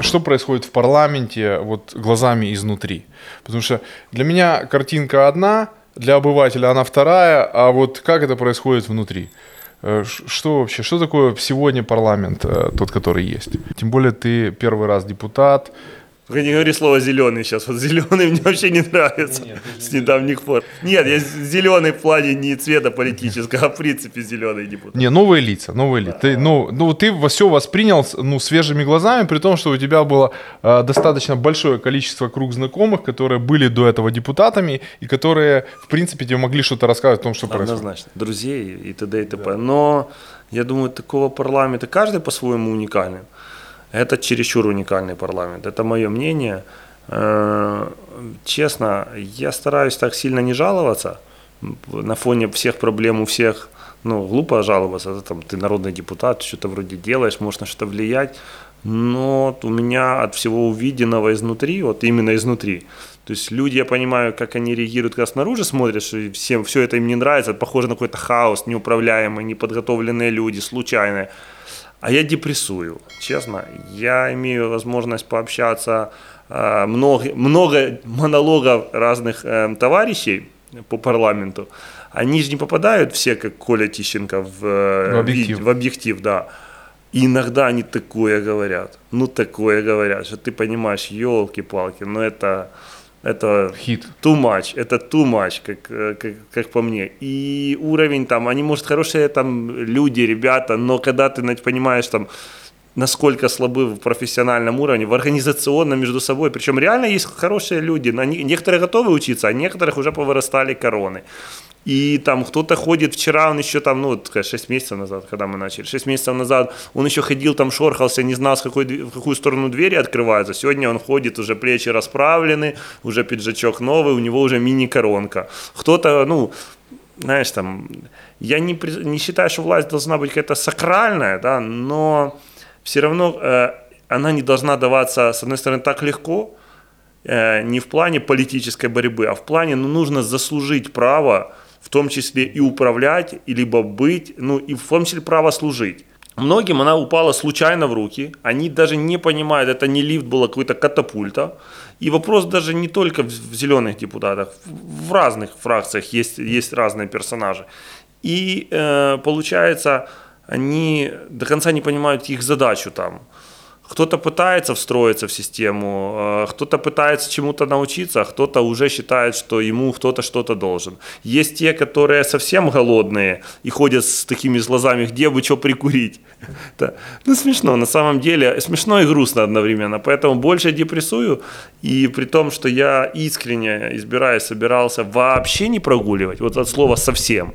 что происходит в парламенте вот глазами изнутри. Потому что для меня картинка одна, для обывателя она вторая, а вот как это происходит внутри? Что вообще, что такое сегодня парламент, тот, который есть? Тем более ты первый раз депутат. Только не говори слово «зеленый» сейчас. Вот зеленый мне вообще не нравится с недавних пор. Нет, я зеленый в плане не цвета политического, а в принципе зеленый депутат. Не, новые лица. Ты все воспринял свежими глазами, при том, что у тебя было достаточно большое количество круг знакомых, которые были до этого депутатами и которые, в принципе, тебе могли что-то рассказывать о том, что происходит. Однозначно. Друзей и т.д. и т.п. Но, я думаю, такого парламента, каждый по-своему уникальный. Это чересчур уникальный парламент, это мое мнение. Честно, я стараюсь так сильно не жаловаться на фоне всех проблем у всех. Глупо жаловаться, ты народный депутат, что-то вроде делаешь, можешь на что-то влиять. Но у меня от всего увиденного изнутри, вот именно изнутри. То есть люди, я понимаю, как они реагируют, когда снаружи смотрят, что всем все это им не нравится, похоже на какой-то хаос, неуправляемый, неподготовленные люди, случайные. А я депрессую, честно. Я имею возможность пообщаться, много монологов разных товарищей по парламенту. Они же не попадают все, как Коля Тищенко, в объектив, да. И иногда они такое говорят, что ты понимаешь, елки-палки, это хит. Too much, как по мне. И уровень там, они, может, хорошие там люди, ребята, но когда ты понимаешь там, насколько слабы в профессиональном уровне, в организационном между собой, причем реально есть хорошие люди, некоторые готовы учиться, а некоторых уже повырастали короны. И там кто-то ходит, вчера он еще там, 6 месяцев назад, когда мы начали, 6 месяцев назад он еще ходил там, шорхался, не знал, в какую сторону двери открываются. Сегодня он ходит, уже плечи расправлены, уже пиджачок новый, у него уже мини-коронка. Кто-то, знаешь, там, я не считаю, что власть должна быть какая-то сакральная, да, но все равно она не должна даваться, с одной стороны, так легко, не в плане политической борьбы, а в плане, нужно заслужить право, в том числе и управлять, и либо быть, и в том числе право служить. Многим она упала случайно в руки, они даже не понимают, это не лифт, была какая-то катапульта. И вопрос даже не только в зеленых депутатах, в разных фракциях есть разные персонажи. И получается, они до конца не понимают их задачу там. Кто-то пытается встроиться в систему, кто-то пытается чему-то научиться, а кто-то уже считает, что ему кто-то что-то должен. Есть те, которые совсем голодные и ходят с такими глазами, где бы что прикурить. Смешно, на самом деле, смешно и грустно одновременно, поэтому больше депрессую, и при том, что я искренне собирался вообще не прогуливать, вот от слова совсем,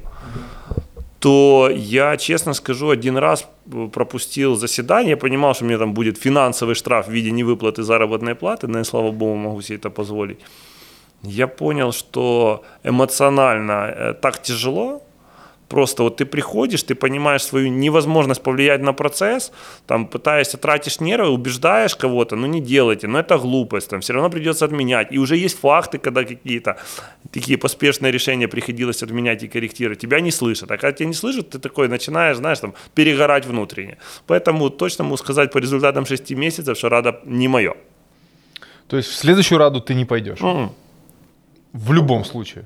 то я, честно скажу, один раз пропустил заседание, я понимал, что мне там будет финансовый штраф в виде невыплаты заработной платы, но я, слава богу, могу себе это позволить. Я понял, что эмоционально так тяжело, просто вот ты приходишь, ты понимаешь свою невозможность повлиять на процесс, там пытаешься, тратишь нервы, убеждаешь кого-то, не делайте, это глупость, там все равно придется отменять. И уже есть факты, когда какие-то такие поспешные решения приходилось отменять и корректировать. Тебя не слышат. А когда тебя не слышат, ты такой начинаешь, знаешь, там, перегорать внутренне. Поэтому точно могу сказать по результатам 6 месяцев, что Рада не мое. То есть в следующую Раду ты не пойдешь? В любом случае?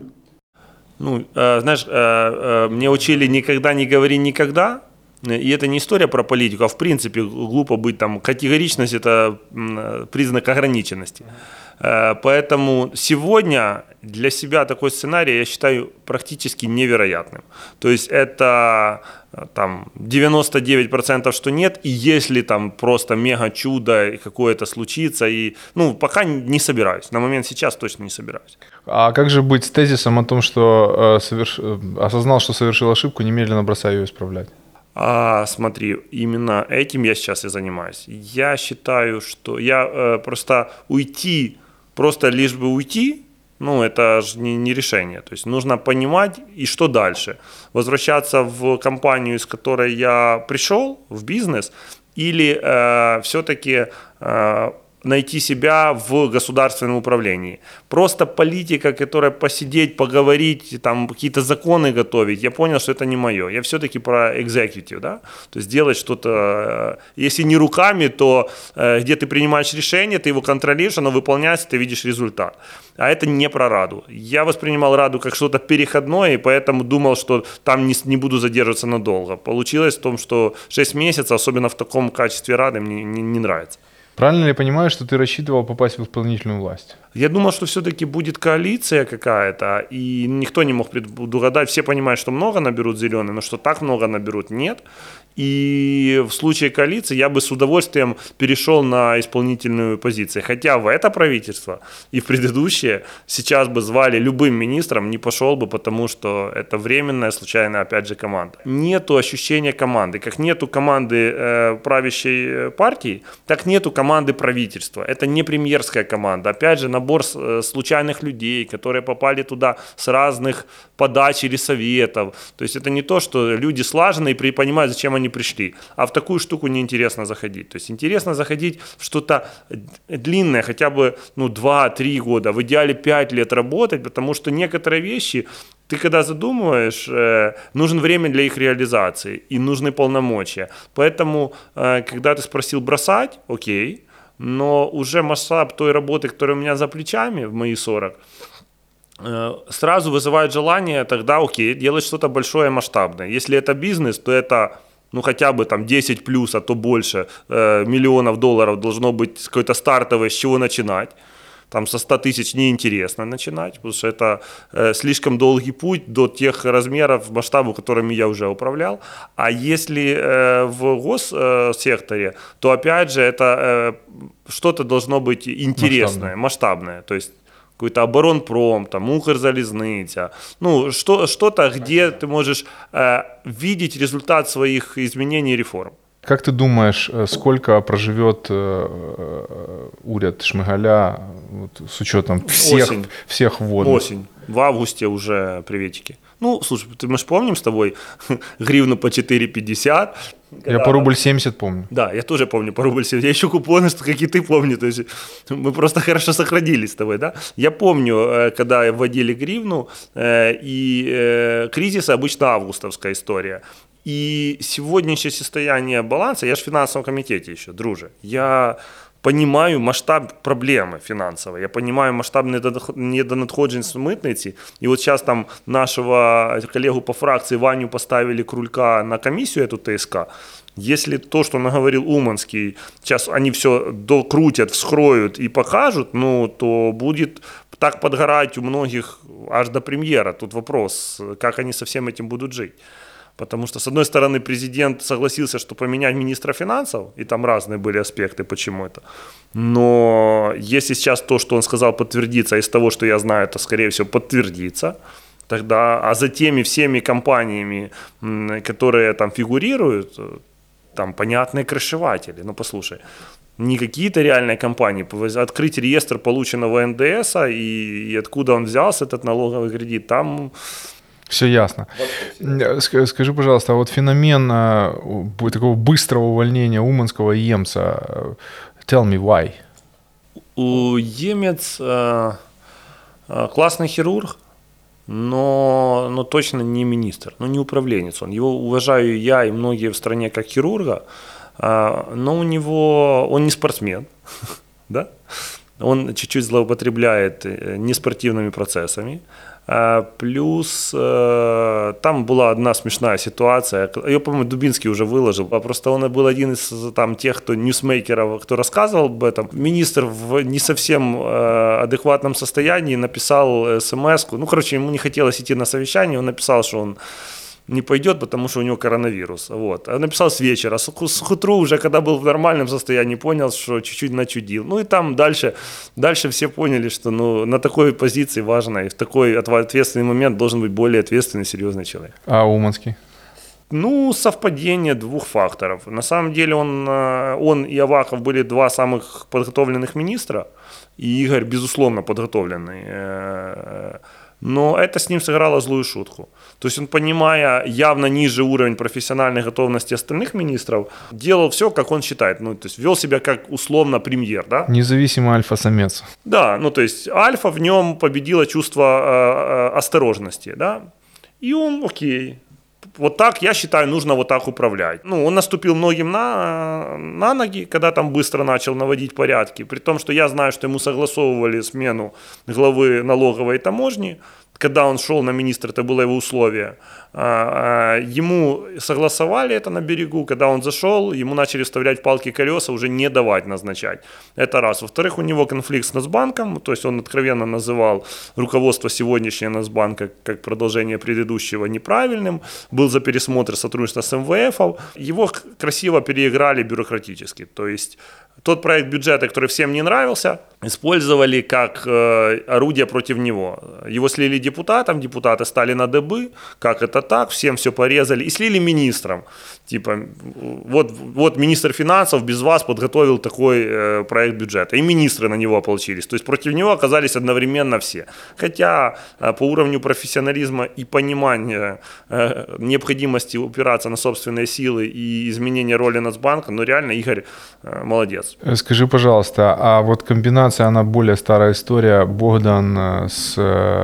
Знаешь, мне учили никогда не говори никогда, и это не история про политику, а в принципе глупо быть там, категоричность – это признак ограниченности. Поэтому сегодня для себя такой сценарий я считаю практически невероятным. То есть это там 99% что нет, и если там просто мега чудо какое-то случится, и пока не собираюсь, на момент сейчас точно не собираюсь. А как же быть с тезисом о том, что осознал, что совершил ошибку, немедленно бросаю ее исправлять? Смотри, именно этим я сейчас и занимаюсь. Я считаю, что я просто уйти, просто лишь бы уйти, это же не решение. То есть нужно понимать, и что дальше. Возвращаться в компанию, из которой я пришел, в бизнес, или все-таки найти себя в государственном управлении. Просто политика, которая посидеть, поговорить, там какие-то законы готовить, я понял, что это не мое. Я все-таки про executive, да? То есть делать что-то, если не руками, то где ты принимаешь решение, ты его контролируешь, оно выполняется, ты видишь результат. А это не про Раду. Я воспринимал Раду как что-то переходное, и поэтому думал, что там не буду задерживаться надолго. Получилось в том, что 6 месяцев, особенно в таком качестве Рады, мне не нравится. Правильно ли я понимаю, что ты рассчитывал попасть в исполнительную власть? Я думал, что все-таки будет коалиция какая-то, и никто не мог предугадать. Все понимают, что много наберут зеленые, но что так много наберут, нет. И в случае коалиции я бы с удовольствием перешел на исполнительную позицию. Хотя в это правительство и в предыдущее сейчас бы звали любым министром, не пошел бы, потому что это временная, случайная, опять же, команда. Нету ощущения команды. Как нету команды правящей партии, так нету команды правительства. Это не премьерская команда. Опять же, набор случайных людей, которые попали туда с разных подач или советов. То есть это не то, что люди слаженные и понимают, зачем они пришли. А в такую штуку неинтересно заходить. То есть интересно заходить в что-то длинное, хотя бы 2-3 года, в идеале 5 лет работать, потому что некоторые вещи ты когда задумываешь, нужно время для их реализации и нужны полномочия. Поэтому, когда ты спросил бросать, окей, но уже масштаб той работы, которая у меня за плечами в мои 40, сразу вызывает желание тогда, окей, делать что-то большое, масштабное. Если это бизнес, то это хотя бы там 10 плюс, а то больше миллионов долларов должно быть какое-то стартовое, с чего начинать. Там со 100 тысяч неинтересно начинать, потому что это слишком долгий путь до тех размеров, масштабов, которыми я уже управлял. А если в госсекторе, то опять же это что-то должно быть интересное, масштабное. То есть какой-то оборонпром, там, Укрзалізниця, что-то, где ты можешь видеть результат своих изменений и реформ. Как ты думаешь, сколько проживет уряд Шмигаля с учетом всех вводных? Осень. В августе уже приветики. Слушай, мы же помним с тобой гривну по 4,50. Я по рубль 70 помню. Да, я тоже помню по рубль 70. Я еще купоны, как и ты, помню. То есть мы просто хорошо сохранились с тобой, да? Я помню, когда вводили гривну, и кризис обычно августовская история. И сегодняшнее состояние баланса, я же в финансовом комитете еще, друже, я понимаю масштаб проблемы финансовой, я понимаю масштаб недонадходжень з митниці. І от зараз там нашего коллегу по фракции Ваню поставили Крулька на комиссию эту ТСК. Если то, что наговорил Уманский, сейчас они все докрутят, вскроют и покажут, то будет так подгорать у многих аж до премьера. Тут вопрос, как они со всем этим будут жить. Потому что, с одной стороны, президент согласился, что поменять министра финансов, и там разные были аспекты, почему это. Но если сейчас то, что он сказал, подтвердится, из того, что я знаю, это, скорее всего, подтвердится, тогда, а за теми всеми компаниями, которые там фигурируют, там понятные крышеватели. Послушай, не какие-то реальные компании, открыть реестр полученного НДС, и откуда он взялся, этот налоговый кредит, там... Все ясно. Скажи, пожалуйста, а вот феномен такого быстрого увольнения Уманского и Емца, tell me why? Емец классный хирург, но точно не министр, не управленец. Его уважаю я и многие в стране как хирурга, но он не спортсмен, да? Он чуть-чуть злоупотребляет неспортивными процессами. Плюс там была одна смешная ситуация. Ее, по-моему, Дубинский уже выложил. Просто он был один из тех, кто ньюсмейкеров, кто рассказывал об этом. Министр в не совсем адекватном состоянии написал смс-ку. Ему не хотелось идти на совещание. Он написал, что он не пойдет, потому что у него коронавирус. Вот. А написал с вечера. С утру уже, когда был в нормальном состоянии, понял, что чуть-чуть начудил. И там дальше все поняли, что на такой позиции важно, и в такой ответственный момент должен быть более ответственный, серьезный человек. А Уманский? Совпадение двух факторов. На самом деле он и Аваков были два самых подготовленных министра, и Игорь, безусловно, подготовленный. Но это с ним сыграло злую шутку. То есть он, понимая явно ниже уровень профессиональной готовности остальных министров, делал все, как он считает. Ну, то есть вел себя как условно премьер, да? Независимый альфа-самец. Да, ну то есть альфа в нем победило чувство осторожности, да? И он, окей. Вот так, я считаю, нужно вот так управлять. Ну, он наступил многим на ноги, когда там быстро начал наводить порядки. При том, что я знаю, что ему согласовывали смену главы налоговой таможни. Когда он шел на министра, это было его условие. Ему согласовали это на берегу. Когда он зашел, ему начали вставлять в палки колеса, уже не давать назначать. Это раз. Во-вторых, у него конфликт с Нацбанком. То есть он откровенно называл руководство сегодняшнего Нацбанка как продолжение предыдущего неправильным. Был за пересмотр сотрудничества с МВФ. Его красиво переиграли бюрократически. То есть тот проект бюджета, который всем не нравился, использовали как орудие против него. Его слили депутатам, депутаты стали на дыбы, как это так, всем все порезали, и слили министрам. Типа, вот министр финансов без вас подготовил такой проект бюджета, и министры на него ополчились. То есть против него оказались одновременно все. Хотя по уровню профессионализма и понимания необходимости опираться на собственные силы и изменения роли Нацбанка, ну реально Игорь молодец. Скажи, пожалуйста, а вот комбинация, она более старая история, Богдан с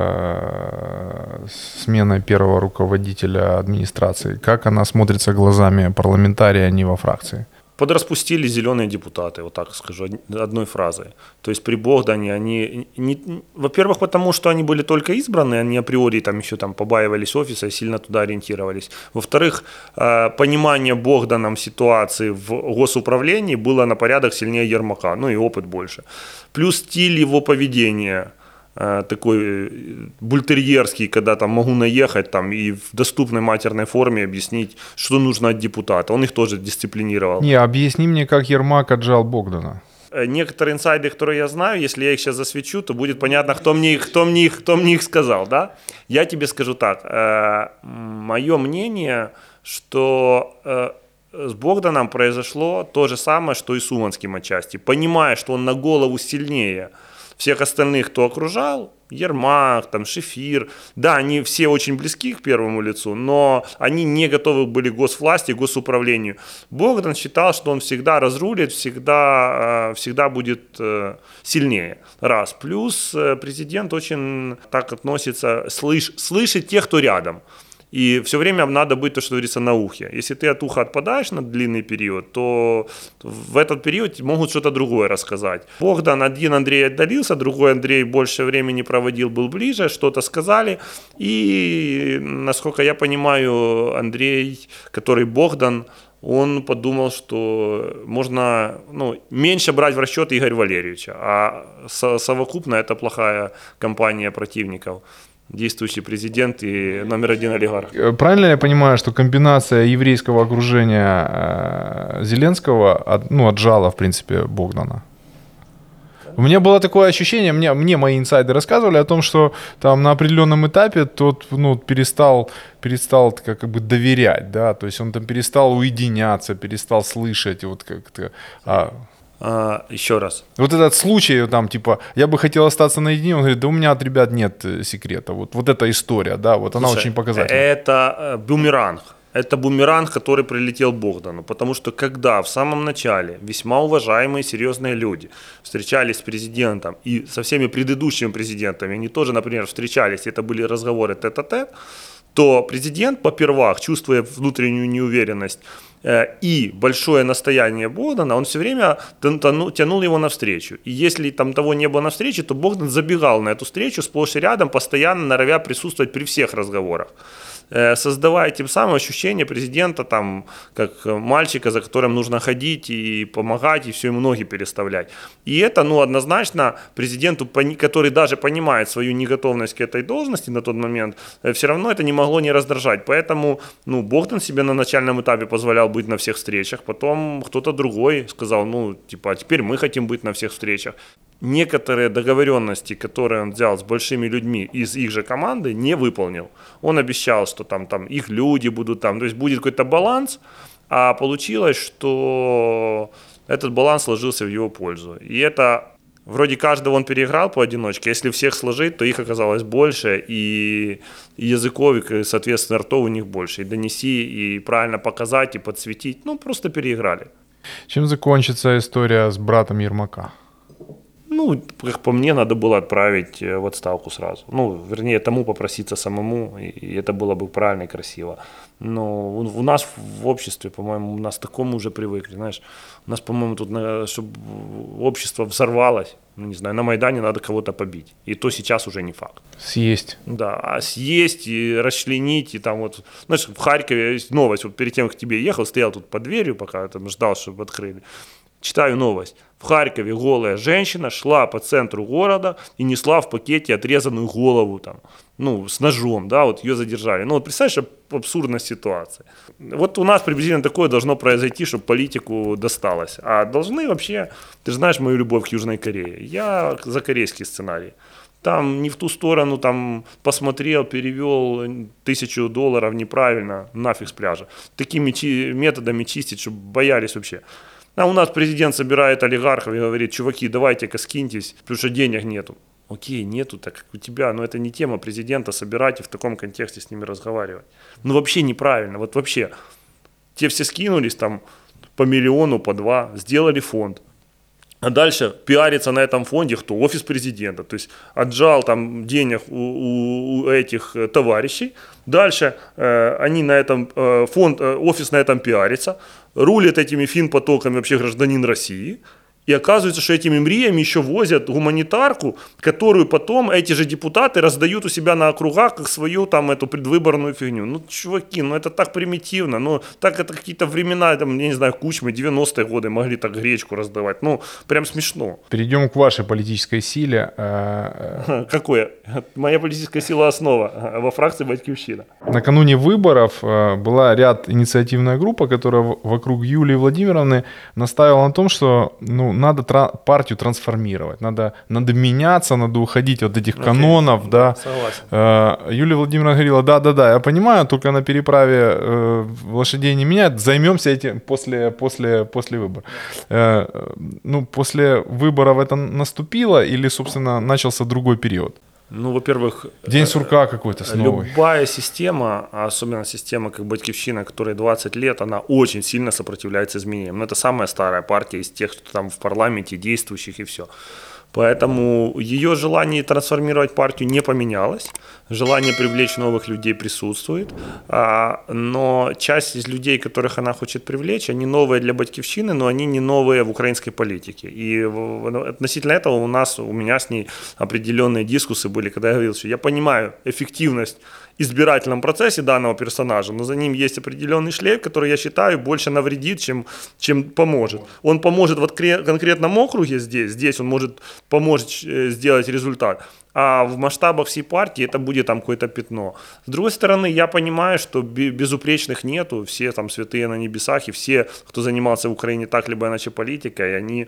сменой первого руководителя администрации, как она смотрится глазами парламентария, а не во фракции? Подраспустили зеленые депутаты, вот так скажу, одной фразой. То есть при Богдане они, во-первых, потому что они были только избраны, они априори там еще там побаивались офиса и сильно туда ориентировались. Во-вторых, понимание Богданом ситуации в госуправлении было на порядок сильнее Ермака, ну и опыт больше. Плюс стиль его поведения такой бультерьерский, когда там могу наехать там и в доступной матерной форме объяснить, что нужно от депутата. Он их тоже дисциплинировал. Не, объясни мне, как Ермак отжал Богдана. Некоторые инсайды, которые я знаю, если я их сейчас засвечу, то будет понятно, кто мне их сказал, да? Я тебе скажу так, мое мнение, что с Богданом произошло то же самое, что и с Уманским отчасти. Понимая, что он на голову сильнее всех остальных, кто окружал, Ермак, там, Шефир, да, они все очень близки к первому лицу, но они не готовы были к госвласти, к госуправлению. Богдан считал, что он всегда разрулит, всегда будет сильнее. Раз. Плюс президент очень так относится, слышит тех, кто рядом. И все время надо быть, то, что говорится, на ухе. Если ты от уха отпадаешь на длинный период, то в этот период могут что-то другое рассказать. Богдан, один Андрей отдалился, другой Андрей больше времени проводил, был ближе, что-то сказали. И, насколько я понимаю, Андрей, который Богдан, он подумал, что можно меньше брать в расчет Игоря Валерьевича, а совокупно это плохая компания противников. Действующий президент и номер один олигарх. Правильно я понимаю, что комбинация еврейского окружения Зеленского отжала, в принципе, Богдана? У меня было такое ощущение, мне мои инсайды рассказывали о том, что там на определенном этапе тот перестал как бы доверять, да, то есть он там перестал уединяться, перестал слышать, вот как-то... Еще раз. Вот этот случай, там, типа, я бы хотел остаться наедине, он говорит, да у меня от ребят нет секрета. Вот эта история, да, вот она очень показательна. Это бумеранг. Это бумеранг, который прилетел Богдану. Потому что когда в самом начале весьма уважаемые, серьезные люди встречались с президентом и со всеми предыдущими президентами, они тоже, например, встречались, это были разговоры тет-а-тет, то президент, попервах, чувствуя внутреннюю неуверенность и большое настояние Богдана, он все время тянул его навстречу. И если там того не было навстречи, то Богдан забегал на эту встречу сплошь и рядом, постоянно норовя присутствовать при всех разговорах, создавая тем самым ощущение президента там, как мальчика, за которым нужно ходить и помогать, и все ему ноги переставлять. И это, однозначно, президенту, который даже понимает свою неготовность к этой должности на тот момент, все равно это не могло не раздражать. Поэтому, Богдан себе на начальном этапе позволял быть на всех встречах, потом кто-то другой сказал, а теперь мы хотим быть на всех встречах. Некоторые договоренности, которые он взял с большими людьми из их же команды, не выполнил. Он обещал, что там их люди будут там, то есть будет какой-то баланс, а получилось, что этот баланс сложился в его пользу. И это Вроде каждого он переиграл поодиночке, если всех сложить, то их оказалось больше, и языковик, и, соответственно, ртов у них больше. И донеси, и правильно показать, и подсветить, просто переиграли. Чем закончится история с братом Ермака? Как по мне, надо было отправить в отставку сразу. Вернее, тому попроситься самому, и это было бы правильно и красиво. Но у нас в обществе, по-моему, у нас к такому уже привыкли, знаешь. У нас, по-моему, тут, чтобы общество взорвалось, не знаю, на Майдане надо кого-то побить. И то сейчас уже не факт. Съесть. Да, а съесть и расчленить, и там вот... Знаешь, в Харькове есть новость, вот перед тем, как к тебе ехал, стоял тут под дверью, пока там ждал, чтобы открыли. Читаю новость. В Харькове голая женщина шла по центру города и несла в пакете отрезанную голову там, с ножом, да, вот ее задержали. Представляешь, абсурдная ситуация. Вот у нас приблизительно такое должно произойти, чтобы политику досталось. А должны вообще, ты же знаешь мою любовь к Южной Корее. Я за корейский сценарий. Там не в ту сторону, там посмотрел, перевел $1000 неправильно, нафиг с пляжа. Такими методами чистить, чтобы боялись вообще. А у нас президент собирает олигархов и говорит: чуваки, давайте-ка скиньтесь, потому что денег нету. Окей, нету, так как у тебя, но это не тема президента собирать и в таком контексте с ними разговаривать. Вообще неправильно, вот вообще. Те все скинулись там по миллиону, по 2, сделали фонд. А дальше пиарится на этом фонде кто? Офис президента. То есть отжал там денег у этих товарищей. Дальше они на этом, офис на этом пиарится. Рулит этими финпотоками вообще гражданин России. И оказывается, что этими мриями еще возят гуманитарку, которую потом эти же депутаты раздают у себя на округах как свою там эту предвыборную фигню. Чуваки, это так примитивно. Так это какие-то времена, там, я не знаю, Кучмы, 90-е годы могли так гречку раздавать. Прям смешно. Перейдем к вашей политической силе. Какое? Моя политическая сила основа во фракции «Батькивщина». Накануне выборов была ряд инициативная группа, которая вокруг Юлии Владимировны наставила на том, что надо партию трансформировать, надо меняться, надо уходить от этих канонов. Да. Согласен. Юлия Владимировна говорила: да, я понимаю, только на переправе лошадей не меняют, займемся этим после выборов. После выборов это наступило или, собственно, начался другой период? Во-первых, день сурка какой-то снова. Любая система, особенно система как «Батькивщина», которой 20 лет, она очень сильно сопротивляется изменениям. Это самая старая партия из тех, кто там в парламенте, действующих и все. Поэтому ее желание трансформировать партию не поменялось, желание привлечь новых людей присутствует, но часть из людей, которых она хочет привлечь, они новые для «Батькивщины», но они не новые в украинской политике. И относительно этого у меня с ней определенные дискуссии были, когда я говорил, что я понимаю эффективность избирательном процессе данного персонажа, но за ним есть определенный шлейф, который, я считаю, больше навредит, чем поможет. Он поможет в конкретном округе здесь он поможет сделать результат, а в масштабах всей партии это будет там какое-то пятно. С другой стороны, я понимаю, что безупречных нету, все там святые на небесах, и все, кто занимался в Украине так либо иначе политикой, они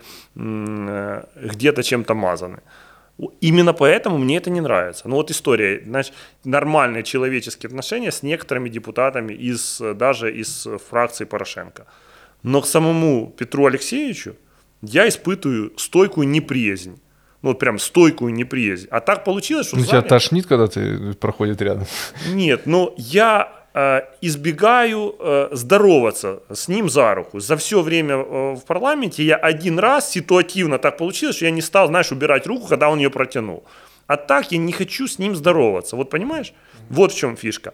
где-то чем-то мазаны. Именно поэтому мне это не нравится. История, значит, нормальные человеческие отношения с некоторыми депутатами даже из фракции Порошенко. Но к самому Петру Алексеевичу я испытываю стойкую неприязнь. Прям стойкую неприязнь. А так получилось, что... Тебя тошнит, когда ты проходит рядом? Нет, я избегаю здороваться с ним за руку. За все время в парламенте я один раз ситуативно так получилось, что я не стал, убирать руку, когда он ее протянул. А так я не хочу с ним здороваться. Вот понимаешь? Вот в чем фишка.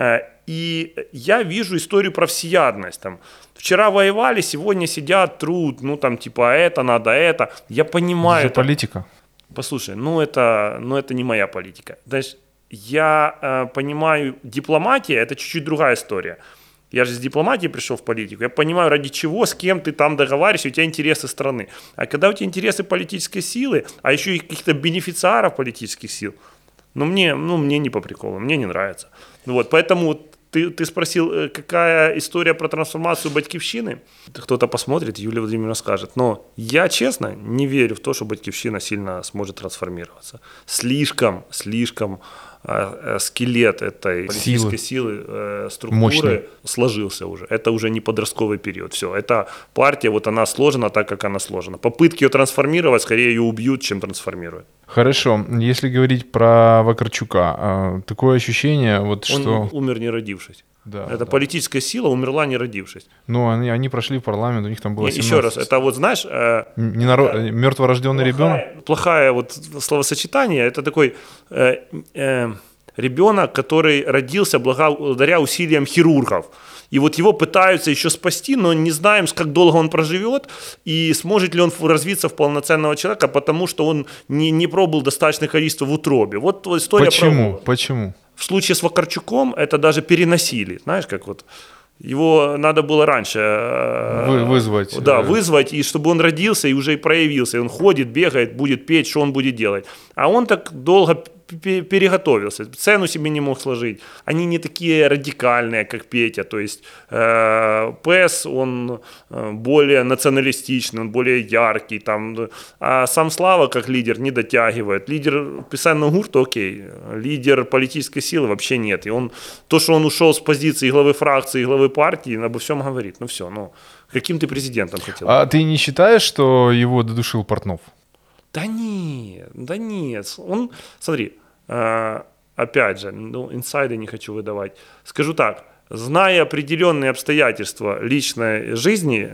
И я вижу историю про всеядность. Вчера воевали, сегодня сидят, трут, это надо, это. Я понимаю. Это политика. Послушай, это не моя политика. Я понимаю, дипломатия – это чуть-чуть другая история. Я же с дипломатией пришел в политику. Я понимаю, ради чего, с кем ты там договариваешься, у тебя интересы страны. А когда у тебя интересы политической силы, а еще и каких-то бенефициаров политических сил, мне не по приколу, мне не нравится. Поэтому ты спросил, какая история про трансформацию «Батьківщины»? Кто-то посмотрит, Юлия Владимировна скажет. Но я, честно, не верю в то, что «Батьківщина» сильно сможет трансформироваться. Слишком скелет этой политической силы, структуры мощный. Сложился уже. Это уже не подростковый период. Все, это партия, вот она сложена так, как она сложена. Попытки ее трансформировать, скорее ее убьют, чем трансформируют. Хорошо. Если говорить про Вакарчука, такое ощущение, вот что... Он умер не родившись. Да, это политическая сила умерла не родившись. Ну, они прошли в парламент, у них там было 17. Еще раз, это вот знаешь... мертворожденный ребенок? Плохое вот словосочетание, это такой ребенок, который родился благодаря усилиям хирургов. И вот его пытаются еще спасти, но не знаем, как долго он проживет и сможет ли он развиться в полноценного человека, потому что он не пробыл достаточное количество в утробе. Вот история. Почему? В случае с Вакарчуком это даже переносили, знаешь, как вот его надо было раньше вызвать. Да, вызвать, и чтобы он родился и уже и проявился. И он ходит, бегает, будет петь, что он будет делать. А он так долго переготовился, цену себе не мог сложить. Они не такие радикальные, как Петя. То есть ПЭС, он более националистичный, он более яркий. Там. А сам Слава, как лидер, не дотягивает. Лидер писального гурта, окей. Лидер политической силы вообще нет. И то, что он ушел с позиции главы фракции, главы партии, обо всем говорит. Ну все, каким ты президентом хотел? А ты не считаешь, что его додушил Портнов? Да нет. Он, смотри, опять же, инсайды не хочу выдавать. Скажу так, зная определенные обстоятельства личной жизни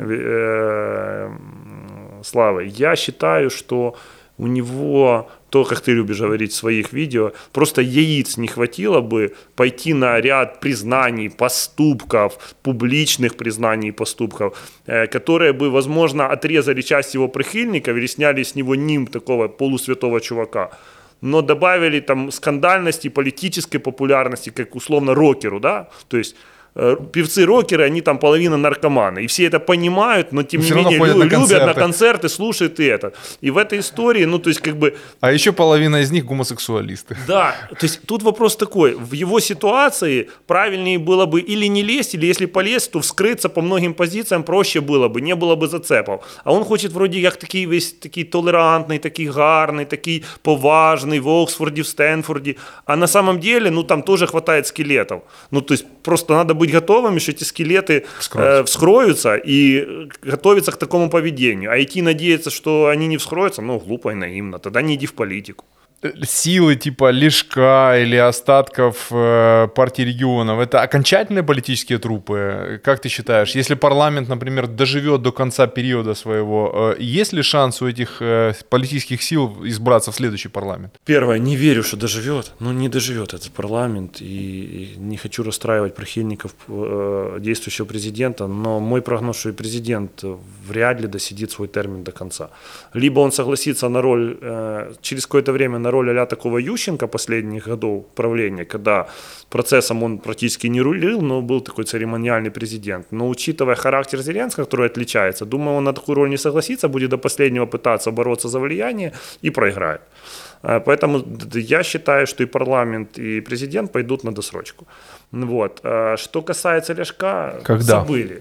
Славы, я считаю, что у него, то, как ты любишь говорить в своих видео, просто яиц не хватило бы пойти на ряд признаний, поступков, публичных признаний и поступков, которые бы, возможно, отрезали часть его прихильников или сняли с него нимб такого полусвятого чувака, но добавили там скандальности, политической популярности, как условно рокеру, да, то есть певцы-рокеры, они там половина наркоманы. И все это понимают, но тем не менее любят на концерты, слушают и это. И в этой истории, то есть как бы... А еще половина из них гомосексуалисты. Да, то есть тут вопрос такой. В его ситуации правильнее было бы или не лезть, или если полезть, то вскрыться по многим позициям проще было бы, не было бы зацепов. А он хочет вроде як такий весь такий толерантний, такий гарний, такий поважний в Оксфорді, в Стенфорді. А на самом деле, там тоже хватает скелетов. То есть просто надо быть готовыми, что эти скелеты вскроются и готовиться к такому поведению. А идти надеяться, что они не вскроются, глупо и наивно. Тогда не иди в политику. Силы типа Лешка или остатков партии регионов — это окончательные политические трупы? Как ты считаешь, если парламент, например, доживет до конца периода своего, есть ли шанс у этих политических сил избраться в следующий парламент? Первое, не верю, что доживет. Не доживет этот парламент. И не хочу расстраивать прихильников действующего президента, но мой прогноз, что и президент вряд ли досидит свой термин до конца. Либо он согласится на роль, через какое-то время на роль а-ля такого Ющенко последних годов правления, когда процессом он практически не рулил, но был такой церемониальный президент. Но учитывая характер Зеленского, который отличается, думаю, он на такую роль не согласится, будет до последнего пытаться бороться за влияние и проиграет. Поэтому я считаю, что и парламент, и президент пойдут на досрочку. Вот. Что касается Ляшка, забыли.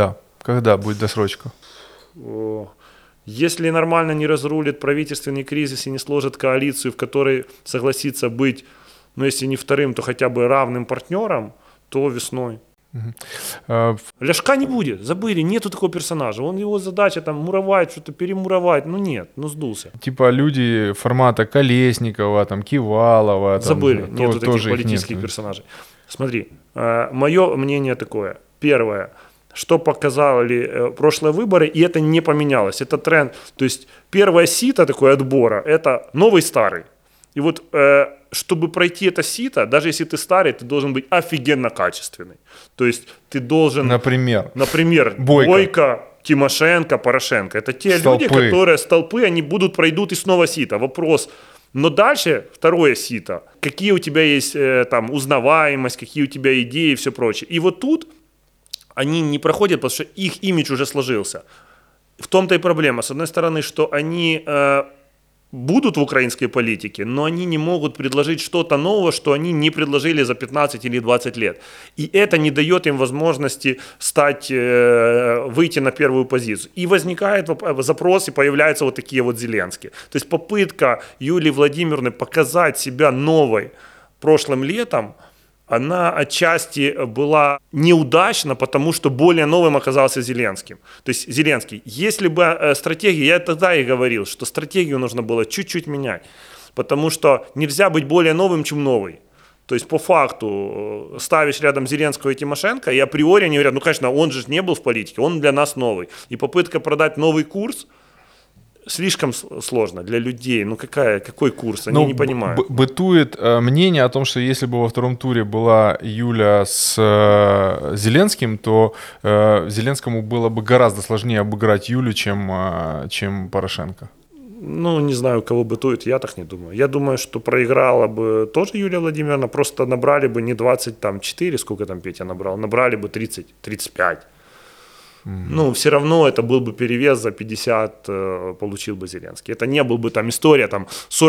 Когда будет досрочка? Если нормально не разрулит правительственный кризис и не сложит коалицию, в которой согласится быть, если не вторым, то хотя бы равным партнером, то весной. Ляшка не будет, забыли, нету такого персонажа. Его задача там муровать, что-то перемуровать. Нет, сдулся. Типа люди формата Колесникова, Кивалова. Забыли, нету таких политических персонажей. Смотри, мое мнение такое. Первое. Что показали прошлые выборы, и это не поменялось. Это тренд. То есть первое сито такое отбора, это новый старый. И вот чтобы пройти это сито, даже если ты старый, ты должен быть офигенно качественный. То есть ты должен... Например, Бойко, Тимошенко, Порошенко. Это те люди, которые с толпы, они пройдут и снова сито. Вопрос... Но дальше второе сито. Какие у тебя есть узнаваемость, какие у тебя идеи и все прочее. И вот тут они не проходят, потому что их имидж уже сложился. В том-то и проблема. С одной стороны, что они будут в украинской политике, но они не могут предложить что-то нового, что они не предложили за 15 или 20 лет. И это не дает им возможности выйти на первую позицию. И возникает запрос, и появляются вот такие вот Зеленские. То есть попытка Юлии Владимировны показать себя новой прошлым летом, она отчасти была неудачна, потому что более новым оказался Зеленским. То есть Зеленский, если бы стратегия, я тогда и говорил, что стратегию нужно было чуть-чуть менять, потому что нельзя быть более новым, чем новый. То есть по факту ставишь рядом Зеленского и Тимошенко, и априори они говорят, ну, конечно, он же не был в политике, он для нас новый. И попытка продать новый курс слишком сложно для людей. Ну, какой курс? Они не понимают. Бытует мнение о том, что если бы во втором туре была Юля с Зеленским, то Зеленскому было бы гораздо сложнее обыграть Юлю, чем Порошенко. Ну, не знаю, кого бытует, я так не думаю. Я думаю, что проиграла бы тоже Юлия Владимировна, просто набрали бы не 24, сколько там Петя набрал, набрали бы 30-35. Ну, все равно это был бы перевес за 50, получил бы Зеленский. Это не был бы там история там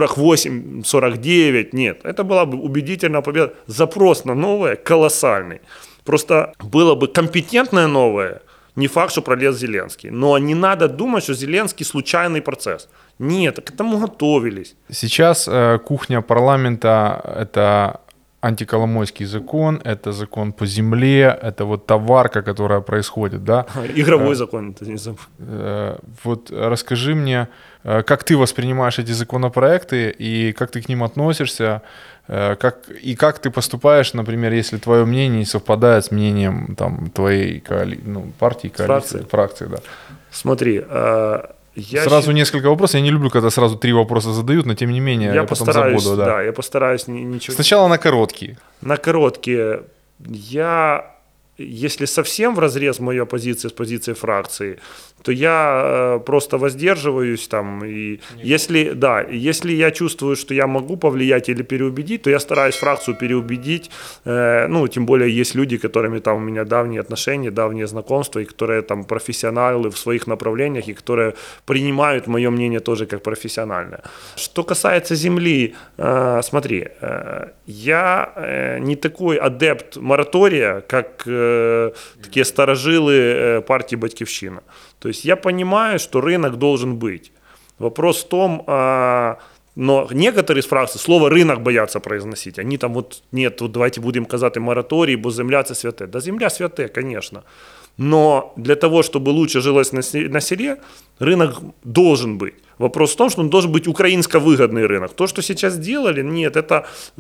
48-49, нет. Это была бы убедительная победа. Запрос на новое колоссальный. Просто было бы компетентное новое, не факт, что пролез Зеленский. Но не надо думать, что Зеленский случайный процесс. Нет, к этому готовились. Сейчас кухня парламента – это антиколомойский закон, это закон по земле, это вот товарка, которая происходит, да? Игровой закон, ты не забыл. Вот расскажи мне, как ты воспринимаешь эти законопроекты и как ты к ним относишься, как ты поступаешь, например, если твое мнение не совпадает с мнением там, твоей партии, коалиции, фракции, да? Смотри, сразу несколько вопросов. Я не люблю, когда сразу 3 вопроса задают, но тем не менее я потом забуду. Да, я постараюсь ничего. Сначала на короткие. На короткие. Если совсем вразрез моя позиция с позицией фракции, то я просто воздерживаюсь там. И если я чувствую, что я могу повлиять или переубедить, то я стараюсь фракцию переубедить. Тем более есть люди, которыми там у меня давние отношения, давние знакомства, и которые там профессионалы в своих направлениях, и которые принимают мое мнение тоже как профессиональное. Что касается земли, смотри, я не такой адепт моратория, как такие старожилы партии «Батьківщина». То есть я понимаю, что рынок должен быть. Вопрос в том, но некоторые из фракций слово «рынок» боятся произносить. Они там нет, давайте будемо казати мораторій, бо земля – це святе. Да, земля святе, конечно. Но для того, чтобы лучше жилось на селе, рынок должен быть. Вопрос в том, что он должен быть украинско-выгодный рынок. То, что сейчас сделали, нет, это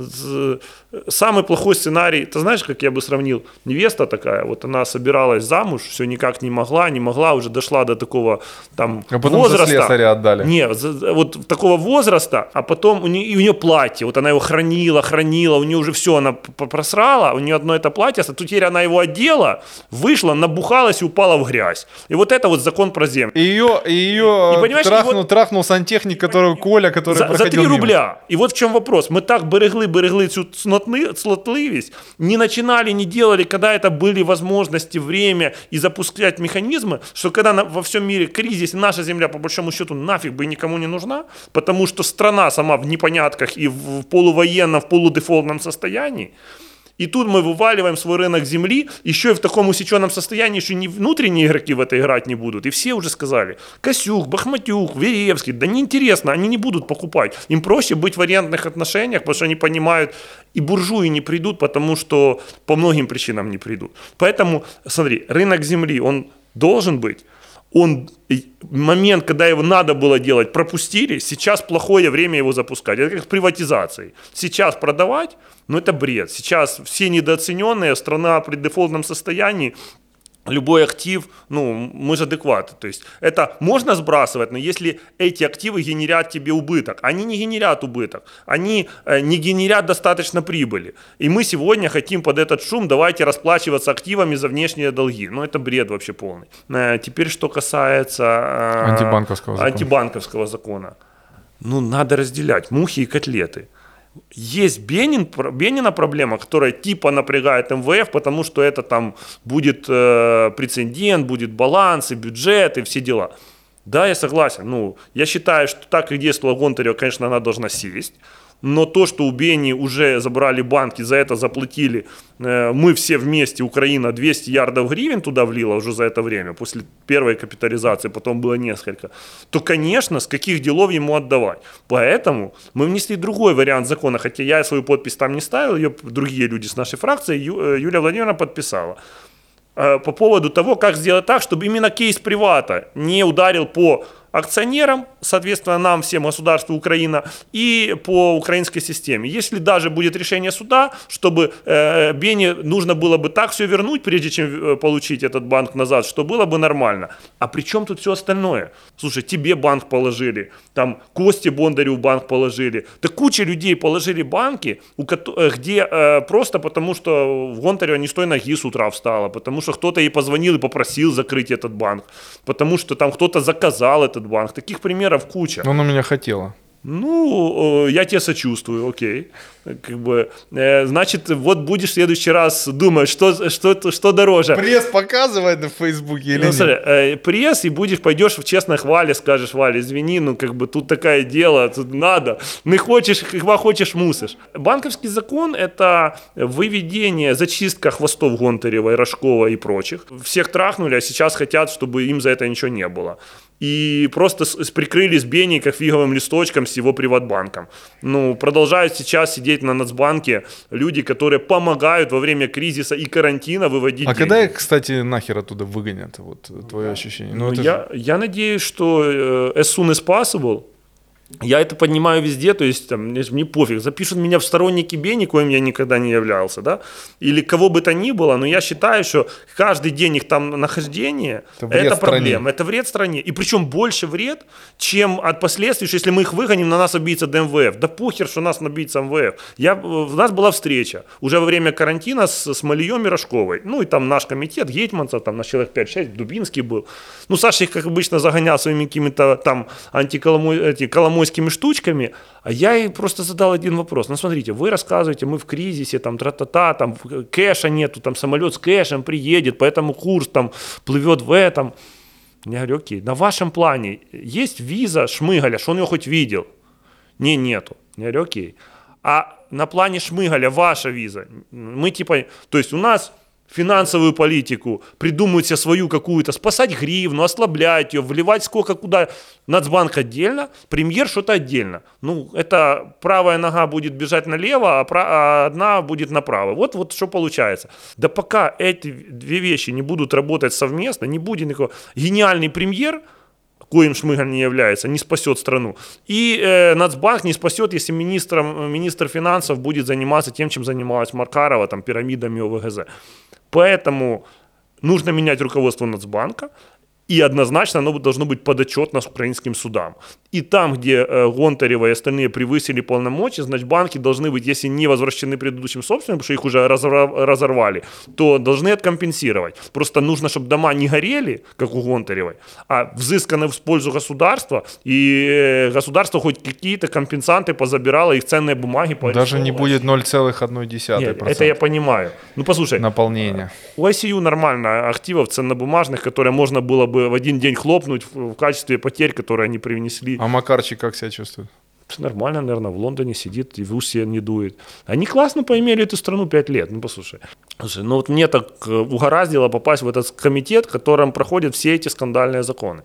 самый плохой сценарий. Ты знаешь, как я бы сравнил? Невеста такая, вот она собиралась замуж, все никак не могла, уже дошла до такого там а потом возраста. За слесаря отдали. Нет, вот такого возраста, а потом у нее платье, вот она его хранила, у нее уже все, она просрала, у нее одно это платье, а теперь она его одела, вышла, набухалась и упала в грязь. И вот это вот закон про землю. Ее трахнул сантехник, который проходил за 3 мимо. рубля. И вот в чем вопрос. Мы так берегли цю цнотливість, не начинали, не делали, когда это были возможности, время и запускать механизмы, что когда во всем мире кризис, наша земля по большому счету нафиг бы никому не нужна, потому что страна сама в непонятках и в полувоенном, в полудефолтном состоянии. И тут мы вываливаем свой рынок земли, еще и в таком усеченном состоянии, что ни внутренние игроки в это играть не будут. И все уже сказали, Косюк, Бахматюк, Веревский, да неинтересно, они не будут покупать. Им проще быть в арендных отношениях, потому что они понимают, и буржуи не придут, потому что по многим причинам не придут. Поэтому, смотри, рынок земли, он должен быть. Момент, когда его надо было делать, пропустили, сейчас плохое время его запускать. Это как с приватизацией. Сейчас продавать, это бред. Сейчас все недооцененные, страна при дефолтном состоянии, любой актив, мы же адекваты. То есть это можно сбрасывать, но если эти активы генерят тебе убыток, они не генерят убыток, они не генерят достаточно прибыли. И мы сегодня хотим под этот шум, давайте расплачиваться активами за внешние долги. Это бред вообще полный. Теперь, что касается антибанковского закона. Надо разделять мухи и котлеты. Есть Бенина проблема, которая типа напрягает МВФ, потому что это там будет прецедент, будет баланс и бюджет и все дела. Да, я согласен. Ну, я считаю, что так, как действовала Гонтарева, конечно, она должна сесть. Но то, что у Бени уже забрали банки, за это заплатили, мы все вместе, Украина, 200 ярдов гривен туда влила уже за это время, после первой капитализации, потом было несколько, то, конечно, с каких делов ему отдавать. Поэтому мы внесли другой вариант закона, хотя я свою подпись там не ставил, ее другие люди с нашей фракции, Юлия Владимировна подписала. По поводу того, как сделать так, чтобы именно кейс привата не ударил по акционерам, соответственно, нам, всем государству Украина, и по украинской системе. Если даже будет решение суда, чтобы Бене нужно было бы так все вернуть, прежде чем получить этот банк назад, что было бы нормально. А при чем тут все остальное? Слушай, тебе банк положили, там Косте Бондарю в банк положили, да куча людей положили банки, где просто потому, что в Гонтарева не с той ноги с утра встала, потому что кто-то ей позвонил и попросил закрыть этот банк, потому что там кто-то заказал этот банк. Таких примеров куча. Но она меня хотела. Ну, я тебе сочувствую, окей. Как бы, значит, вот будешь в следующий раз думать, что дороже. Пресс показывает на Фейсбуке или нет? Смотри, пресс, и пойдешь в честной хвале, скажешь: Валя, извини, ну как бы тут такое дело, тут надо. Не хочешь, хіба хочешь, мусишь. Банковский закон – это выведение, зачистка хвостов Гонтарева, Рожкова и прочих. Всех трахнули, а сейчас хотят, чтобы им за это ничего не было. И просто прикрыли с Беней как фиговым листочком с его приватбанком. Ну, продолжают сейчас сидеть на Нацбанке люди, которые помогают во время кризиса и карантина выводить деньги. Когда их, кстати, нахер оттуда выгонят? Вот твое ощущение. Ну, я надеюсь, что as soon as possible. Я это поднимаю везде, то есть там, мне пофиг, запишут меня в сторонники Бени, коим я никогда не являлся, да, или кого бы то ни было, но я считаю, что каждый день их там нахождение – это проблема, это вред стране, и причем больше вред, чем от последствий, что если мы их выгоним, на нас обидится ДМВФ, да похер, что нас обидится МВФ. У нас была встреча уже во время карантина с Малием и Рожковой, ну и там наш комитет, Гетманцев, там наш человек 5-6, Дубинский был, ну Саша их, как обычно, загонял своими какими-то там коломойскими штучками, а я ей просто задал один вопрос. Ну, смотрите, вы рассказываете, мы в кризисе, там, тра-та-та, там, кэша нету, там, самолет с кэшем приедет, поэтому курс там плывет в этом. Я говорю: окей, на вашем плане есть виза Шмыгаля, что он ее хоть видел? Нету. Я говорю: окей. А на плане Шмыгаля ваша виза? Мы типа, то есть у нас финансовую политику, придумывать себе свою какую-то, спасать гривну, ослаблять ее, вливать сколько куда. Нацбанк отдельно, премьер что-то отдельно. Ну, это правая нога будет бежать налево, а одна будет направо. Вот что получается. Да пока эти две вещи не будут работать совместно, не будет никакого. Гениальный премьер, коим Шмыгаль не является, не спасет страну. И Нацбанк не спасет, если министр финансов будет заниматься тем, чем занималась Маркарова, там, пирамидами ОВГЗ. Поэтому нужно менять руководство Нацбанка, и однозначно оно должно быть подотчетно с украинским судам. И там, где Гонтарева и остальные превысили полномочия, значит, банки должны быть, если не возвращены предыдущим собственникам, потому что их уже разорвали, то должны откомпенсировать. Просто нужно, чтобы дома не горели, как у Гонтаревой, а взысканы в пользу государства, и государство хоть какие-то компенсанты позабирало, их ценные бумаги. Даже не будет 0,1%. Нет, это я понимаю. Ну, послушай. Наполнение. У ICU нормально активов ценнобумажных, которые можно было бы в один день хлопнуть в качестве потерь, которые они привнесли. А Макарчик как себя чувствует? Нормально, наверное, в Лондоне сидит и в ус себе не дует. Они классно поимели эту страну 5 лет. Ну, послушай. Ну, вот мне так угораздило попасть в этот комитет, в котором проходят все эти скандальные законы.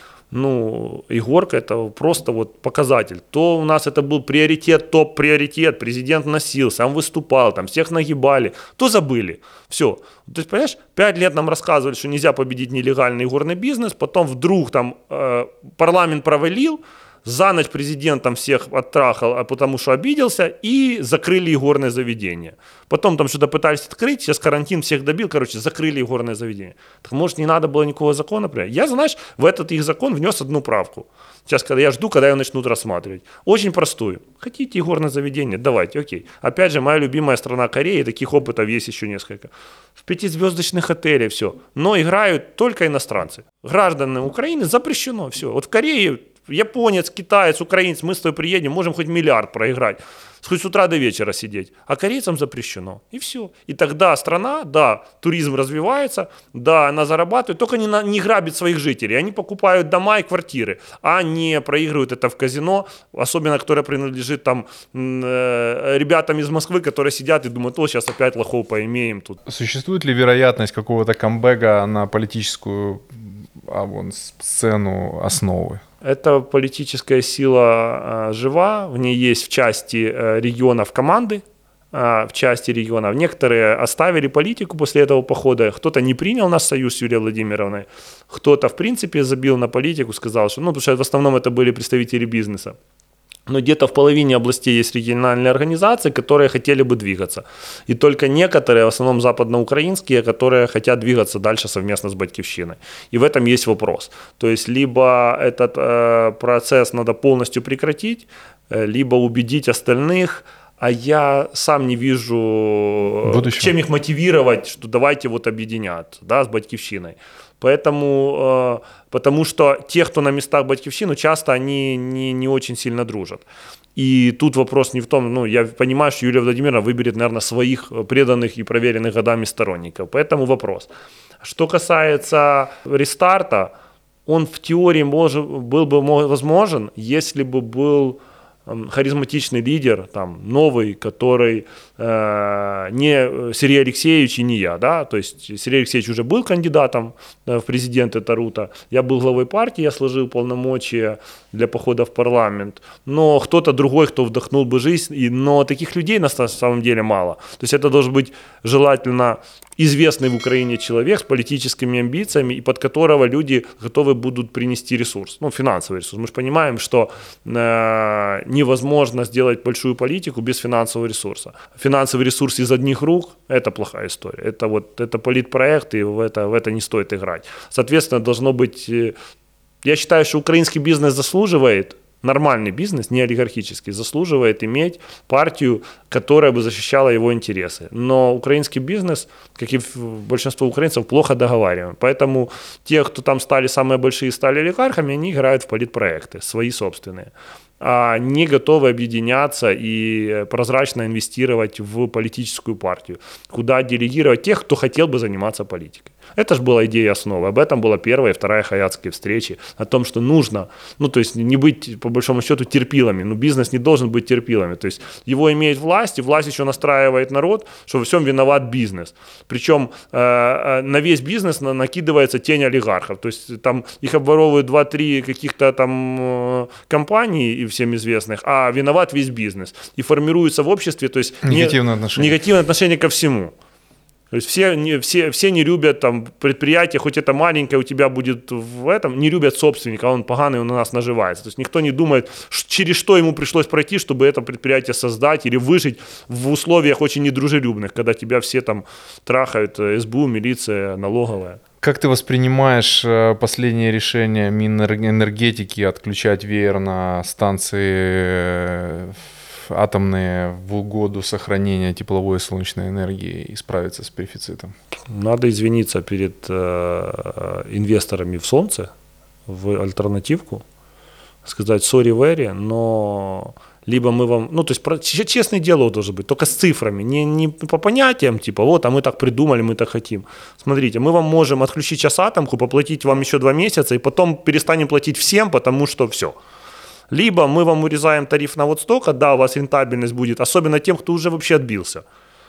Ну, Егорка – это просто вот показатель. То у нас это был приоритет, топ-приоритет, президент носил, сам выступал, там всех нагибали, то забыли. Все. То есть, понимаешь, 5 лет нам рассказывали, что нельзя победить нелегальный игорный бизнес, потом вдруг там парламент провалил, за ночь президент там всех оттрахал, потому что обиделся, и закрыли игорное заведение. Потом там что-то пытались открыть, сейчас карантин всех добил, короче, закрыли игорное заведение. Так может не надо было никакого закона принять? Я, знаешь, в этот их закон внес одну правку. Сейчас, когда я жду, когда ее начнут рассматривать. Очень простую. Хотите игорное заведение? Давайте, окей. Опять же, моя любимая страна Корея, таких опытов есть еще несколько. В 5-звездочных отелях все. Но играют только иностранцы. Гражданам Украины запрещено все. Вот в Корее японец, китаец, украинец, мы с тобой приедем, можем хоть миллиард проиграть, хоть с утра до вечера сидеть, а корейцам запрещено, и все. И тогда страна, да, туризм развивается, да, она зарабатывает, только не грабит своих жителей, они покупают дома и квартиры, а не проигрывают это в казино, особенно, которое принадлежит там ребятам из Москвы, которые сидят и думают, о, сейчас опять лохов поимеем тут. Существует ли вероятность какого-то камбэка на политическую сцену основы? Эта политическая сила жива, в ней есть в части регионов команды, в части регионов. Некоторые оставили политику после этого похода, кто-то не принял наш союз с Юлией Владимировной, кто-то в принципе забил на политику, сказал, что, потому что в основном это были представители бизнеса. Но где-то в половине областей есть региональные организации, которые хотели бы двигаться. И только некоторые, в основном западноукраинские, которые хотят двигаться дальше совместно с Батьківщиной. И в этом есть вопрос. То есть, либо этот процесс надо полностью прекратить, либо убедить остальных, а я сам не вижу, чем их мотивировать, что давайте вот объединяться, да, с Батьківщиной. Поэтому, потому что те, кто на местах Батьківщины, часто они не очень сильно дружат. И тут вопрос не в том, я понимаю, что Юлия Владимировна выберет, наверное, своих преданных и проверенных годами сторонников. Поэтому вопрос. Что касается рестарта, он в теории был бы возможен, если бы был харизматичный лидер, там, новый, который не Сергей Алексеевич и не я, да, то есть Сергей Алексеевич уже был кандидатом в президенты Тарута, я был главой партии, я сложил полномочия для похода в парламент, но кто-то другой, кто вдохнул бы жизнь, но таких людей на самом деле мало, то есть это должен быть желательно известный в Украине человек с политическими амбициями, и под которого люди готовы будут принести ресурс, финансовый ресурс. Мы же понимаем, что невозможно сделать большую политику без финансового ресурса. Финансовый ресурс из одних рук – это плохая история. Это политпроект, и в это не стоит играть. Соответственно, должно быть… Я считаю, что украинский бизнес заслуживает, нормальный бизнес, не олигархический, заслуживает иметь партию, которая бы защищала его интересы. Но украинский бизнес, как и большинство украинцев, плохо договариваем. Поэтому те, кто там стали самые большие, стали олигархами, они играют в политпроекты, свои собственные, а не готовы объединяться и прозрачно инвестировать в политическую партию, куда делегировать тех, кто хотел бы заниматься политикой. Это же была идея основы. Об этом была первая и вторая хаятские встречи, о том, что нужно, то есть не быть, по большому счету, терпилами. Бизнес не должен быть терпилами. То есть его имеет власть, и власть еще настраивает народ, что во всем виноват бизнес. Причем на весь бизнес накидывается тень олигархов. То есть там их обворовывают 2-3 каких-то там компаний, и всем известных, а виноват весь бизнес. И формируется в обществе, то есть негативное отношение ко всему. То есть все не любят там предприятие, хоть это маленькое у тебя будет в этом, не любят собственника, он поганый, он у нас наживается. То есть никто не думает, через что ему пришлось пройти, чтобы это предприятие создать или выжить в условиях очень недружелюбных, когда тебя все там трахают, СБУ, милиция, налоговая. Как ты воспринимаешь последнее решение Минэнергетики отключать веер на станции атомные в угоду сохранения тепловой и солнечной энергии и справиться с дефицитом? Надо извиниться перед инвесторами в Солнце, в альтернативку, сказать sorry very, но либо мы вам, то есть честный диалог должен быть, только с цифрами, не по понятиям, типа вот, а мы так придумали, мы так хотим. Смотрите, мы вам можем отключить сейчас атомку, поплатить вам еще 2 месяца, и потом перестанем платить всем, потому что все. Либо мы вам урезаем тариф на вот столько, да, у вас рентабельность будет, особенно тем, кто уже вообще отбился.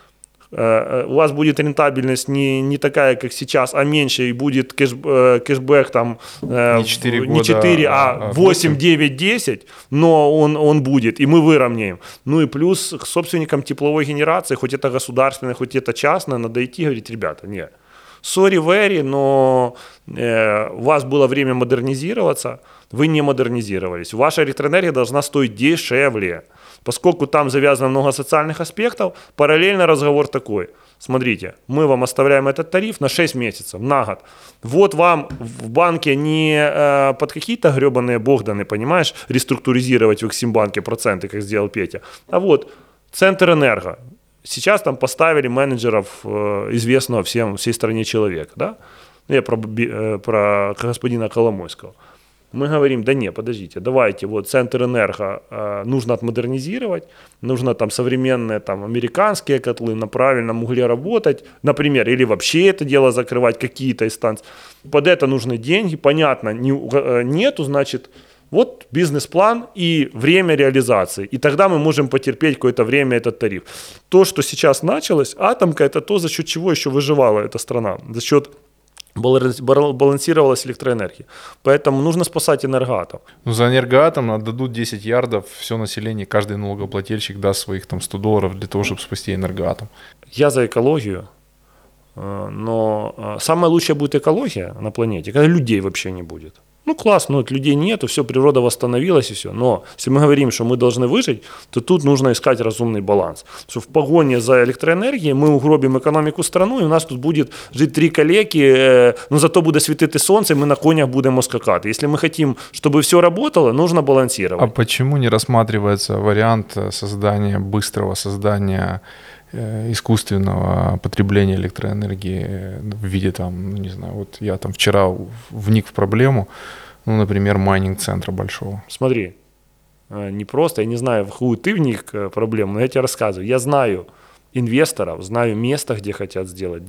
У вас будет рентабельность не такая, как сейчас, а меньше, и будет кэшбэк там не 4 года, не 4, а 8, 9, 10, но он будет, и мы выровняем. Ну и плюс к собственникам тепловой генерации, хоть это государственное, хоть это частное, надо идти и говорить, ребята, нет. Sorry very, но у вас было время модернизироваться, вы не модернизировались. Ваша электроэнергия должна стоить дешевле. Поскольку там завязано много социальных аспектов, параллельно разговор такой. Смотрите, мы вам оставляем этот тариф на 6 месяцев, на год. Вот вам в банке не под какие-то гребаные Богданы, понимаешь, реструктуризировать в Эксимбанке проценты, как сделал Петя, а вот Центрэнерго. Сейчас там поставили менеджеров известного всей стране человека, да? Я про господина Коломойского. Мы говорим, да не, подождите, давайте вот Центр Энерго нужно отмодернизировать, нужно там современные там американские котлы на правильном угле работать, например, или вообще это дело закрывать, какие-то инстанции. Под это нужны деньги, понятно, нету, значит, вот бизнес-план и время реализации. И тогда мы можем потерпеть какое-то время этот тариф. То, что сейчас началось, атомка, это то, за счет чего еще выживала эта страна, за счет балансировалась электроэнергия. Поэтому нужно спасать Энергоатом. Ну, за Энергоатом отдадут 10 ярдов, все население, каждый налогоплательщик даст своих там $100 для того, чтобы спасти Энергоатом. Я за экологию, но самая лучшая будет экология на планете, когда людей вообще не будет. Ну, класс, но людей нету, все, природа восстановилась и все. Но если мы говорим, что мы должны выжить, то тут нужно искать разумный баланс. Потому что в погоне за электроэнергией мы угробим экономику страну, и у нас тут будет жить 3 калеки, но зато буде світити сонце, и мы на конях будем скакать. Если мы хотим, чтобы все работало, нужно балансировать. А почему не рассматривается вариант быстрого создания искусственного потребления электроэнергии в виде там, ну, не знаю, вот я там вчера вник в проблему, ну, например, майнинг-центра большого. Смотри, не просто, я не знаю, в какую ты вник проблему, но я тебе рассказываю. Я знаю инвесторов, знаю место, где хотят сделать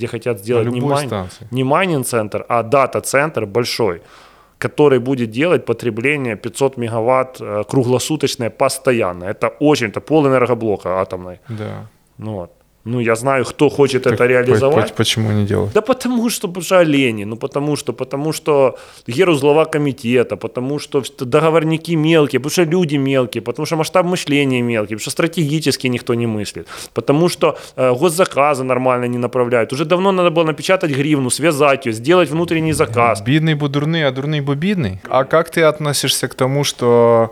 не майнинг-центр, а дата-центр большой, который будет делать потребление 500 мегаватт круглосуточное постоянно. Это пол энергоблока атомной. Да. Ну, вот. Ну, я знаю, кто хочет это реализовать. Почему не делать? Да потому что олени, потому что герузглава комитета, потому что договорники мелкие, потому что люди мелкие, потому что масштаб мышления мелкий, потому что стратегически никто не мыслит, потому что госзаказы нормально не направляют. Уже давно надо было напечатать гривну, связать ее, сделать внутренний заказ. Бедный бы дурный, а дурный бы бедный. А как ты относишься к тому, что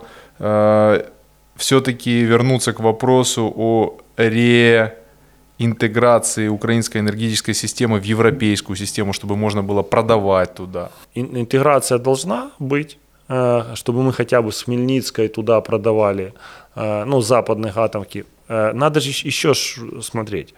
все-таки вернуться к вопросу о реинтеграции украинской энергетической системы в европейскую систему, чтобы можно было продавать туда? Интеграция должна быть, чтобы мы хотя бы с Хмельницкой туда продавали, ну, западных атомки. Надо же еще смотреть.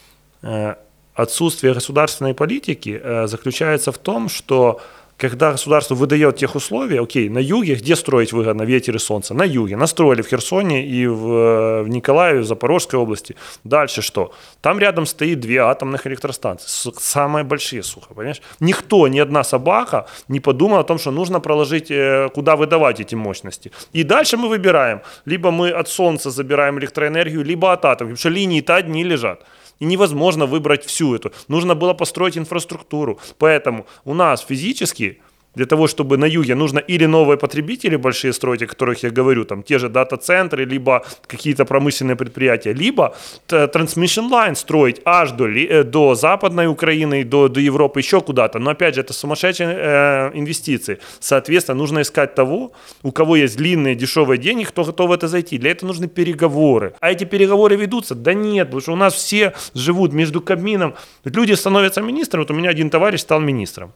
Отсутствие государственной политики заключается в том, что когда государство выдает тех условия, окей, на юге, где строить выгодно, ветер и солнце? На юге. Настроили в Херсоне и в Николаеве, в Запорожской области. Дальше что? Там рядом стоит 2 атомных электростанции. Самые большие, сука, понимаешь? Никто, ни одна собака не подумал о том, что нужно проложить, куда выдавать эти мощности. И дальше мы выбираем. Либо мы от солнца забираем электроэнергию, либо от атомки. Потому что линии-то одни лежат. И невозможно выбрать всю эту. Нужно было построить инфраструктуру. Поэтому у нас физически, для того, чтобы на юге, нужно или новые потребители большие строить, о которых я говорю, там те же дата-центры, либо какие-то промышленные предприятия, либо transmission line строить аж до Западной Украины, до Европы, еще куда-то. Но опять же, это сумасшедшие инвестиции. Соответственно, нужно искать того, у кого есть длинные дешевые деньги, кто готов в это зайти. Для этого нужны переговоры. А эти переговоры ведутся? Да нет, потому что у нас все живут между Кабмином. Люди становятся министрами. Вот у меня один товарищ стал министром.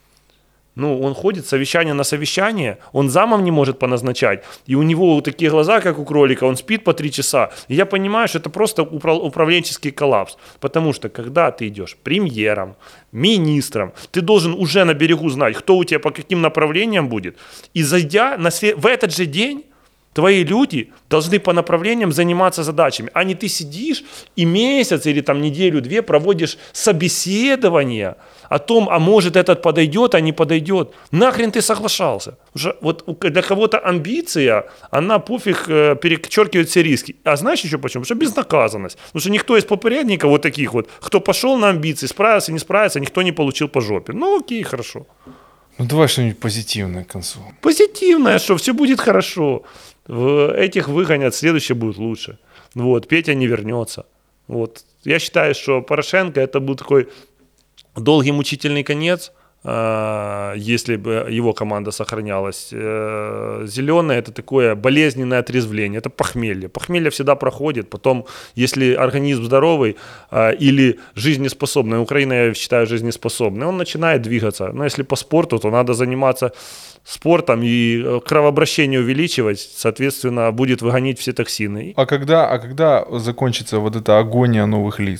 Ну, он ходит с совещания на совещание, он замом не может поназначать, и у него вот такие глаза, как у кролика, он спит по 3 часа. И я понимаю, что это просто управленческий коллапс, потому что когда ты идешь премьером, министром, ты должен уже на берегу знать, кто у тебя по каким направлениям будет, и зайдя в этот же день, твои люди должны по направлениям заниматься задачами, а не ты сидишь и месяц или там неделю-2 проводишь собеседование о том, а может этот подойдет, а не подойдет. Нахрен ты соглашался? Вот для кого-то амбиция, она пофиг перечеркивает все риски. А знаешь еще почему? Потому что безнаказанность. Потому что никто из попередников вот таких вот, кто пошел на амбиции, справился, не справился, никто не получил по жопе. Ну окей, хорошо. Ну давай что-нибудь позитивное к концу. Позитивное, что все будет хорошо. Этих выгонят, следующее будет лучше. Вот, Петя не вернется. Вот. Я считаю, что Порошенко это был такой долгий мучительный конец, если бы его команда сохранялась. Зеленое это такое болезненное отрезвление, это похмелье. Похмелье всегда проходит, потом, если организм здоровый или жизнеспособный, Украина, я считаю, жизнеспособной, он начинает двигаться. Но если по спорту, то надо заниматься спортом и кровообращение увеличивать, соответственно, будет выгонять все токсины. А когда закончится вот эта агония новых лиц?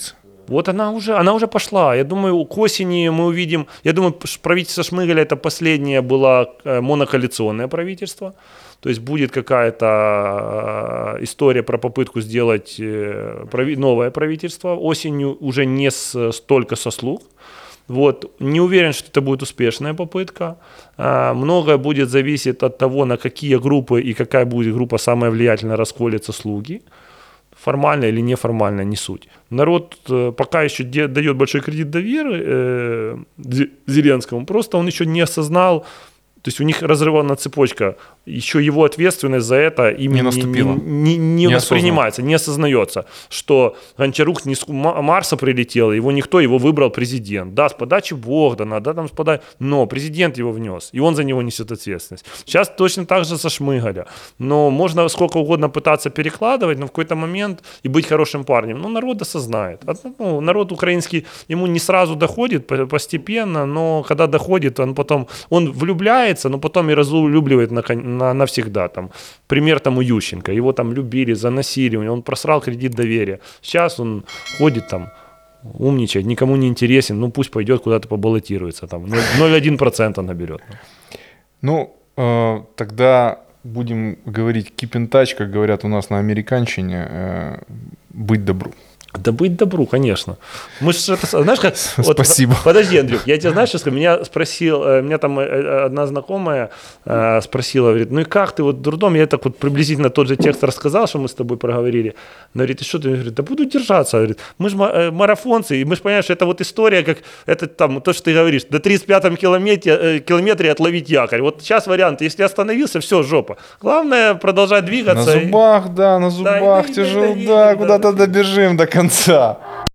Вот она уже пошла. Я думаю, к осени мы увидим. Я думаю, правительство Шмыгаля это последнее было монокоалиционное правительство. То есть будет какая-то история про попытку сделать новое правительство осенью, уже не столько со слуг. Вот. Не уверен, что это будет успешная попытка. Многое будет зависеть от того, на какие группы и какая будет группа самая влиятельная расколется слуги. Формально или неформально, не суть. Народ пока еще дает большой кредит доверия Зеленскому, просто он еще не осознал, то есть у них разрывана цепочка, еще его ответственность за это им не наступила. Не воспринимается, не осознается, что Гончарук не с Марса прилетел, его выбрал президент. Да, с подачи Богдана, да, там с подачи, но президент его внес, и он за него несет ответственность. Сейчас точно так же со Шмыгаля. Но можно сколько угодно пытаться перекладывать, но в какой-то момент и быть хорошим парнем. Но народ осознает. Народ украинский, ему не сразу доходит, постепенно, но когда доходит, он влюбляется, но потом и разлюбливает навсегда. Там, пример там у Ющенко. Его там любили, заносили, он просрал кредит доверия. Сейчас он ходит там, умничает, никому не интересен, ну пусть пойдет куда-то побаллотируется, там 0,1% наберет. Ну, тогда будем говорить keep in touch, как говорят у нас на американщине, быть добру. Да быть добру, конечно. Мы же это, знаешь, как... Спасибо. Вот, подожди, Андрюк, я тебе, знаешь, что скажу? Меня там одна знакомая спросила, говорит, ну и как ты вот в дурдом? Я так вот приблизительно тот же текст рассказал, что мы с тобой проговорили. Она говорит, и что ты? Я говорю, да буду держаться. Говорит, мы же марафонцы, и мы же понимаем, что это вот история, как это там, то, что ты говоришь, до 35-м километре отловить якорь. Вот сейчас вариант, если остановился, все, жопа. Главное продолжать двигаться. На зубах, да, тяжело, да, куда-то добежим до конца.